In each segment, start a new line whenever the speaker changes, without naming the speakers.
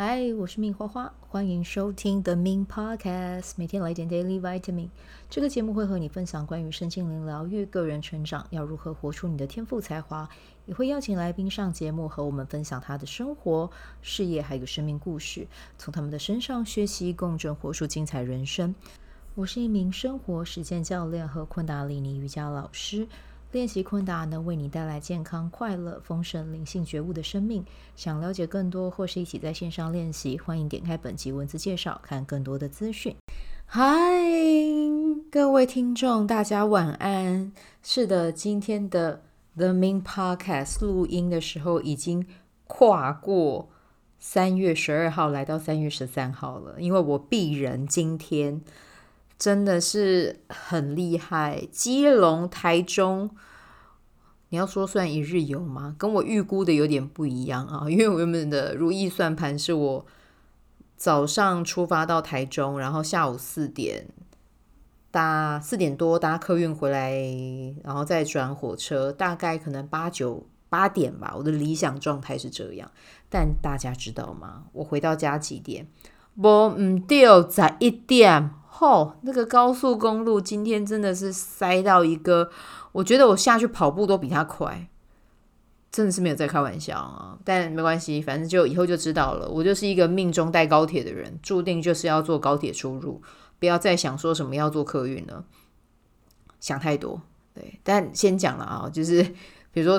嗨，我是命花花，欢迎收听 The Min Podcast， 每天来点 Daily Vitamin。这个节目会和你分享关于身心灵疗愈、个人成长，要如何活出你的天赋才华，也会邀请来宾上节目和我们分享他的生活、事业还有生命故事，从他们的身上学习共振，活出精彩人生。我是一名生活实践教练和昆达里尼瑜伽老师。练习昆达能为你带来健康、快乐、丰盛、灵性觉悟的生命。想了解更多或是一起在线上练习，欢迎点开本集文字介绍，看更多的资讯。嗨，各位听众，大家晚安。是的，今天的 The Min Podcast 录音的时候已经跨过3月12号来到3月13号了，因为我鄙人今天真的是很厉害，基隆、台中，你要说算一日游吗？跟我预估的有点不一样啊，因为我原本的如意算盘是我早上出发到台中，然后下午4点多搭客运回来，然后再转火车，大概可能8点吧，我的理想状态是这样。但大家知道吗？我回到家几点？不对，11点。那个高速公路今天真的是塞到一个，我觉得我下去跑步都比他快，真的是没有在开玩笑啊！但没关系，反正就以后就知道了。我就是一个命中带高铁的人，注定就是要坐高铁出入，不要再想说什么要坐客运了，想太多。对，但先讲了啊，就是比如说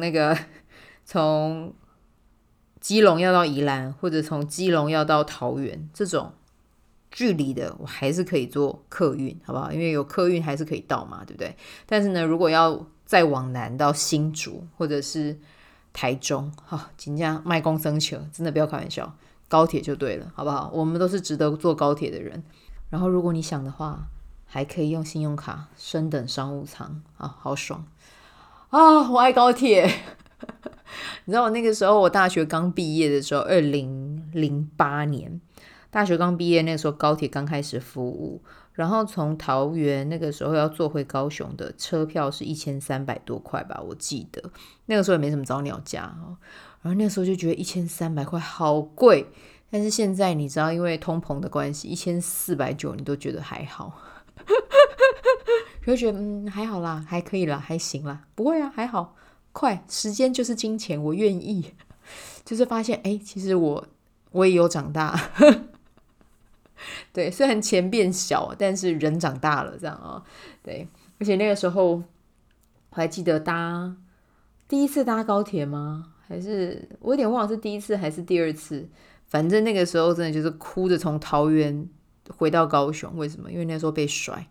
从基隆要到宜兰，或者从基隆要到桃园这种距离的，我还是可以坐客运，好不好？因为有客运还是可以到嘛，对不对？但是呢，如果要再往南到新竹或者是台中，真的卖公生球，真的不要开玩笑，高铁就对了，好不好？我们都是值得坐高铁的人。然后如果你想的话，还可以用信用卡升等商务舱，好爽啊！我爱高铁。你知道我那个时候，我大学刚毕业的时候，2008年。大学刚毕业那个时候，高铁刚开始服务，然后从桃园那个时候要坐回高雄的车票是1300多块吧，我记得那个时候也没什么早鸟价然后那个时候就觉得1300块好贵，但是现在你知道，因为通膨的关系，1490你都觉得还好，就觉得还好啦，还可以啦，还行啦，不会啊，还好，快，时间就是金钱，我愿意，就是发现其实我也有长大。对，虽然钱变小，但是人长大了，这样对，而且那个时候我还记得第一次搭高铁吗？还是我有点忘了是第一次还是第二次？反正那个时候真的就是哭着从桃园回到高雄。为什么？因为那时候被甩。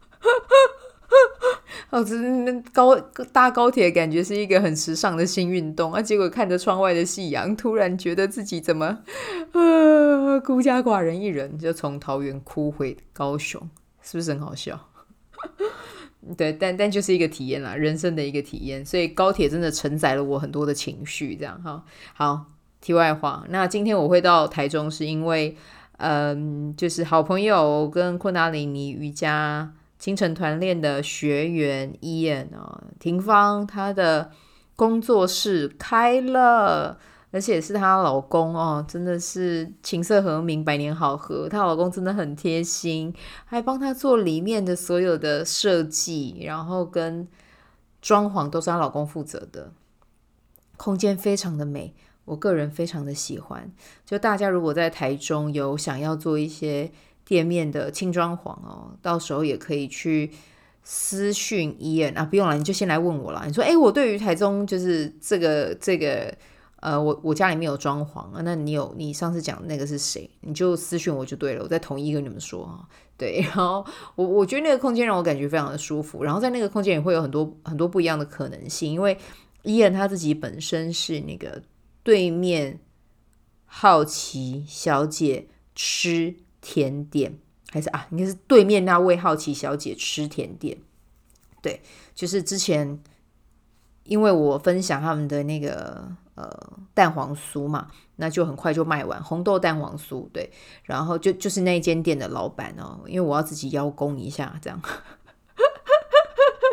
搭高铁感觉是一个很时尚的新运动结果看着窗外的夕阳，突然觉得自己怎么孤家寡人一人，就从桃园哭回高雄，是不是很好笑？对，但就是一个体验啦，人生的一个体验，所以高铁真的承载了我很多的情绪，这样好，题外话，那今天我会到台中是因为就是好朋友跟昆达里尼瑜伽清晨团练的学员Ian廷芳，她的工作室开了，而且是她老公真的是琴瑟和鸣，百年好合。她老公真的很贴心，还帮她做里面的所有的设计，然后跟装潢都是她老公负责的，空间非常的美，我个人非常的喜欢。就大家如果在台中有想要做一些店面的轻装潢到时候也可以去私讯Ian不用了，你就先来问我啦。你说我对于台中就是这个我家里面有装潢那你上次讲的那个是谁？你就私讯我就对了，我再统一跟你们说对，然后我觉得那个空间让我感觉非常的舒服，然后在那个空间也会有很多很多不一样的可能性，因为Ian他自己本身是那个对面好奇小姐吃甜点，还是应该是对面那位好奇小姐吃甜点。对，就是之前因为我分享他们的那个蛋黄酥嘛，那就很快就卖完，红豆蛋黄酥。对，然后就是那间店的老板因为我要自己邀功一下这样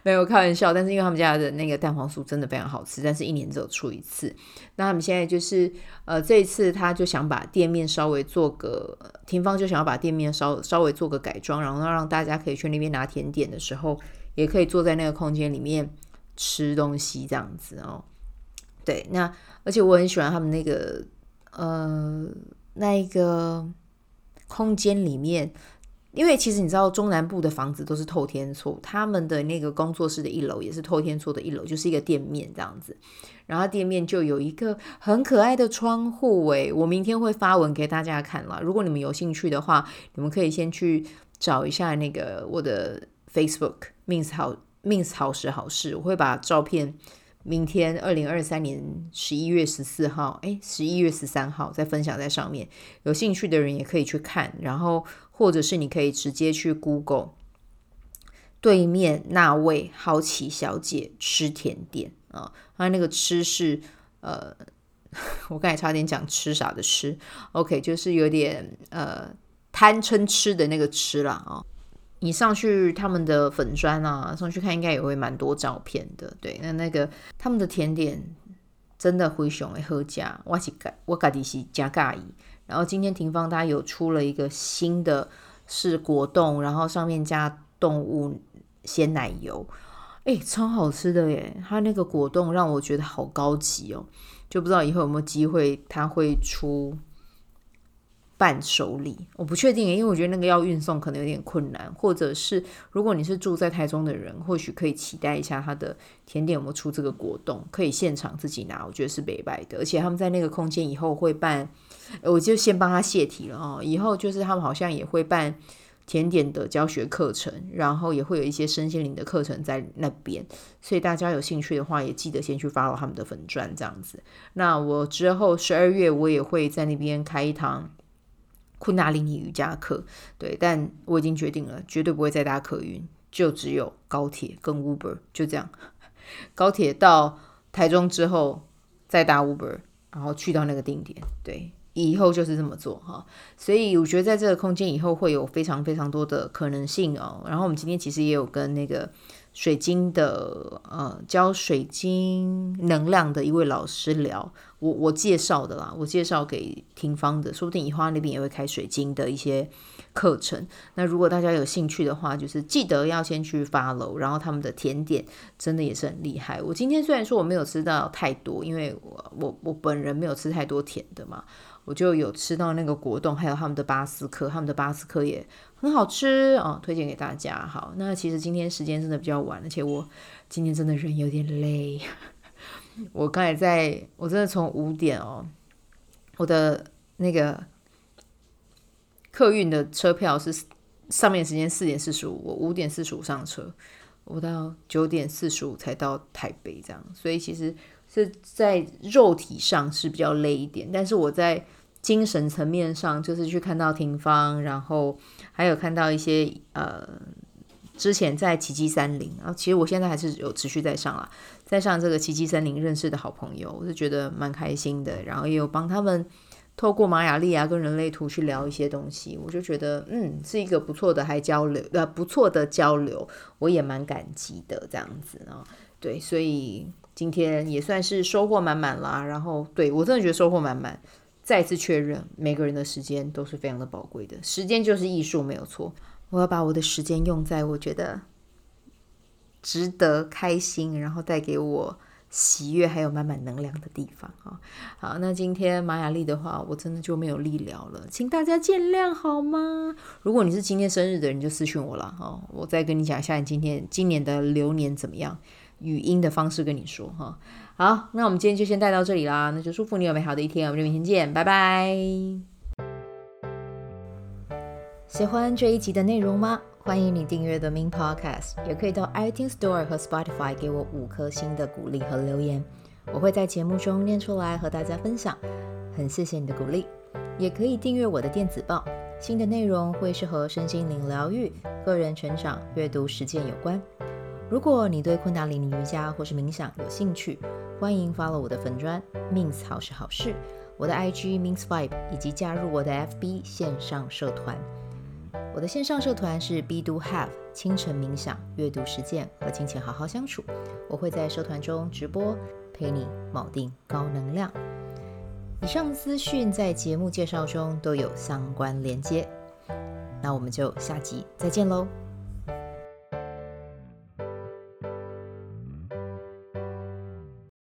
没有开玩笑，但是因为他们家的那个蛋黄酥真的非常好吃，但是一年只有出一次。那他们现在就是这一次他就想把店面稍微做个廷芳就想要把店面稍微做个改装，然后让大家可以去那边拿甜点的时候，也可以坐在那个空间里面吃东西这样子哦。对，那而且我很喜欢他们那个那一个空间里面。因为其实你知道中南部的房子都是透天厝，他们的那个工作室的一楼也是透天厝的一楼，就是一个店面这样子，然后店面就有一个很可爱的窗户我明天会发文给大家看啦，如果你们有兴趣的话，你们可以先去找一下那个我的 Facebook Mins 好时好事，我会把照片明天2023年11月14号11月13号再分享在上面，有兴趣的人也可以去看，然后或者是你可以直接去 Google 对面那位好奇小姐吃甜点她那个吃是我刚才差点讲吃啥的吃 OK 就是有点贪嗔吃的那个吃啦你上去他们的粉专上去看应该也会蛮多照片的。对，那个他们的甜点真的非常的好吃，我自己是很喜欢。然后今天廷芳他有出了一个新的是果冻，然后上面加动物鲜奶油，超好吃的耶！它那个果冻让我觉得好高级哦，就不知道以后有没有机会他会出伴手礼，我不确定因为我觉得那个要运送可能有点困难，或者是如果你是住在台中的人，或许可以期待一下他的甜点有没有出这个果冻，可以现场自己拿，我觉得是美白的。而且他们在那个空间以后会办我就先帮他泄题了以后就是他们好像也会办甜点的教学课程，然后也会有一些身心灵的课程在那边，所以大家有兴趣的话也记得先去 follow 他们的粉专这样子。那我之后12月我也会在那边开一堂昆达里尼瑜伽课，对，但我已经决定了绝对不会再搭客运，就只有高铁跟 Uber， 就这样，高铁到台中之后再搭 Uber， 然后去到那个定点，对，以后就是这么做所以我觉得在这个空间以后会有非常非常多的可能性然后我们今天其实也有跟那个水晶的教水晶能量的一位老师聊，我介绍的啦，我介绍给廷芳的，说不定以后那边也会开水晶的一些课程。那如果大家有兴趣的话，就是记得要先去 follow， 然后他们的甜点真的也是很厉害。我今天虽然说我没有吃到太多，因为我本人没有吃太多甜的嘛，我就有吃到那个果冻，还有他们的巴斯克，他们的巴斯克也很好吃推荐给大家。好，那其实今天时间真的比较晚，而且我今天真的人有点累。我刚才我真的从5点我的那个客运的车票是上面时间4点45，我5点45上车，我到9点45才到台北这样，所以其实是在肉体上是比较累一点，但是我在精神层面上就是去看到廷芳，然后还有看到一些之前在奇迹森林其实我现在还是有持续在上啦，在上这个奇迹森林认识的好朋友，我是觉得蛮开心的，然后也有帮他们透过玛雅历跟人类图去聊一些东西，我就觉得是一个不错的不错的交流，我也蛮感激的这样子对，所以今天也算是收获满满啦，然后对我真的觉得收获满满，再次确认每个人的时间都是非常的宝贵的，时间就是艺术没有错，我要把我的时间用在我觉得值得开心，然后带给我喜悦还有满满能量的地方好，那今天玛雅历的话我真的就没有历聊了，请大家见谅好吗？如果你是今天生日的人就私讯我了我再跟你讲一下你今年的流年怎么样，语音的方式跟你说好，那我们今天就先带到这里啦，那就祝福你有美好的一天，我们就明天见，拜拜。喜欢这一集的内容吗？欢迎你订阅 The Min Podcast， 也可以到 iTunes Store 和 Spotify 给我5颗星的鼓励和留言，我会在节目中念出来和大家分享，很谢谢你的鼓励。也可以订阅我的电子报，新的内容会是和身心灵疗愈、个人成长、阅读实践有关。如果你对昆达里尼瑜伽或是冥想有兴趣，欢迎 follow 我的粉专 Mins 好是好事，我的 IG Mins Vibe， 以及加入我的 FB 线上社团。 我的线上社团是 Be Do Have 清晨冥想、阅读实践和金钱好好相处，我会在社团中直播，陪你铆定高能量。以上资讯在节目介绍中都有相关连接，那我们就下集再见喽。